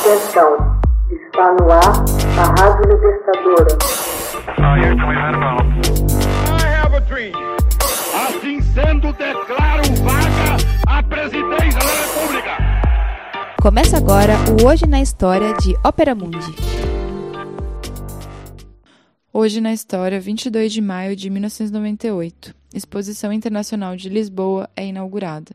Atenção, está no ar a Rádio Libertadora. Assim sendo, declaro vaga a presidência da República. Começa agora o Hoje na História de Ópera Mundi. Hoje na História, 22 de maio de 1998. Exposição Internacional de Lisboa é inaugurada.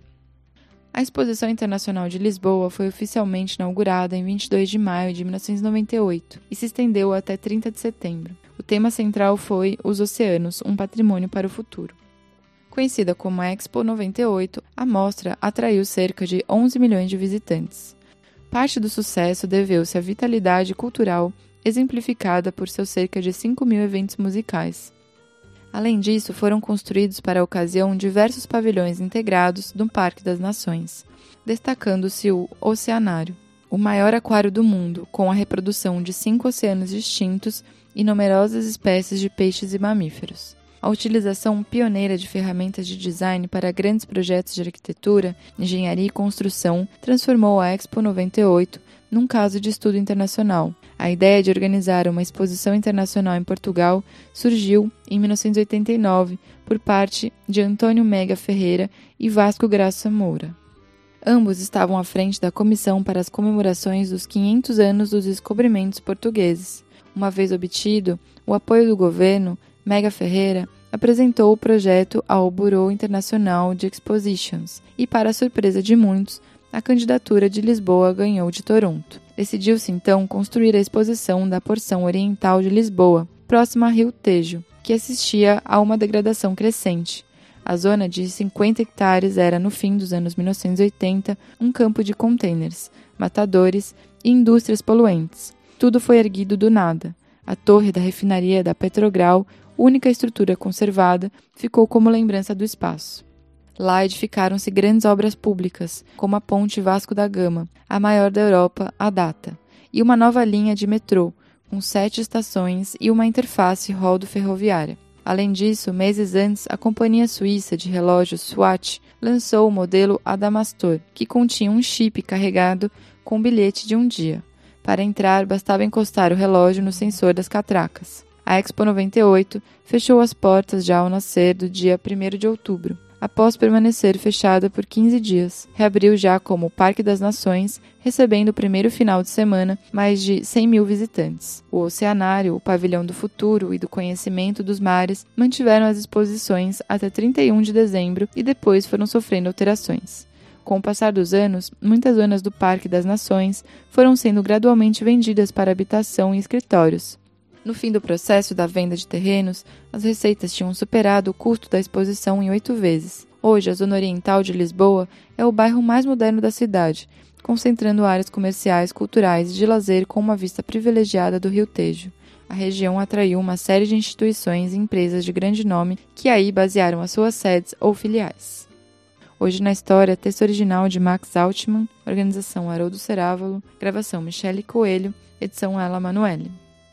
A Exposição Internacional de Lisboa foi oficialmente inaugurada em 22 de maio de 1998 e se estendeu até 30 de setembro. O tema central foi Os Oceanos, um patrimônio para o futuro. Conhecida como Expo 98, a mostra atraiu cerca de 11 milhões de visitantes. Parte do sucesso deveu-se à vitalidade cultural exemplificada por seus cerca de 5 mil eventos musicais. Além disso, foram construídos para a ocasião diversos pavilhões integrados no Parque das Nações, destacando-se o Oceanário, o maior aquário do mundo, com a reprodução de 5 oceanos distintos e numerosas espécies de peixes e mamíferos. A utilização pioneira de ferramentas de design para grandes projetos de arquitetura, engenharia e construção transformou a Expo 98 num caso de estudo internacional. A ideia de organizar uma exposição internacional em Portugal surgiu em 1989 por parte de Antônio Mega Ferreira e Vasco Graça Moura. Ambos estavam à frente da comissão para as comemorações dos 500 anos dos descobrimentos portugueses. Uma vez obtido o apoio do governo, Mega Ferreira apresentou o projeto ao Bureau Internacional de Expositions e, para a surpresa de muitos, a candidatura de Lisboa ganhou de Toronto. Decidiu-se então construir a exposição da porção oriental de Lisboa, próxima a Rio Tejo, que assistia a uma degradação crescente. A zona de 50 hectares era, no fim dos anos 1980, um campo de contêineres, matadores e indústrias poluentes. Tudo foi erguido do nada. A torre da refinaria da Petrogral, única estrutura conservada, ficou como lembrança do espaço. Lá edificaram-se grandes obras públicas, como a Ponte Vasco da Gama, a maior da Europa à data, e uma nova linha de metrô, com 7 estações e uma interface rodo-ferroviária. Além disso, meses antes, a companhia suíça de relógios Swatch lançou o modelo Adamastor, que continha um chip carregado com um bilhete de um dia. Para entrar, bastava encostar o relógio no sensor das catracas. A Expo 98 fechou as portas já ao nascer do dia 1º de outubro. Após permanecer fechada por 15 dias, reabriu já como Parque das Nações, recebendo o primeiro final de semana mais de 100 mil visitantes. O Oceanário, o Pavilhão do Futuro e do Conhecimento dos Mares mantiveram as exposições até 31 de dezembro e depois foram sofrendo alterações. Com o passar dos anos, muitas zonas do Parque das Nações foram sendo gradualmente vendidas para habitação e escritórios. No fim do processo da venda de terrenos, as receitas tinham superado o custo da exposição em 8 vezes. Hoje, a zona oriental de Lisboa é o bairro mais moderno da cidade, concentrando áreas comerciais, culturais e de lazer com uma vista privilegiada do Rio Tejo. A região atraiu uma série de instituições e empresas de grande nome que aí basearam as suas sedes ou filiais. Hoje na História, texto original de Max Altman, organização Haroldo Cerávolo, gravação Michele Coelho, edição Ela Manoeli.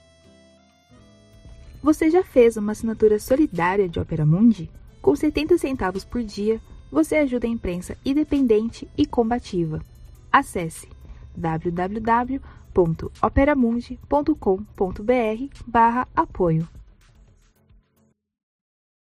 Você já fez uma assinatura solidária de Ópera Mundi? Com 70 centavos por dia, você ajuda a imprensa independente e combativa. Acesse www.operamundi.com.br/apoio.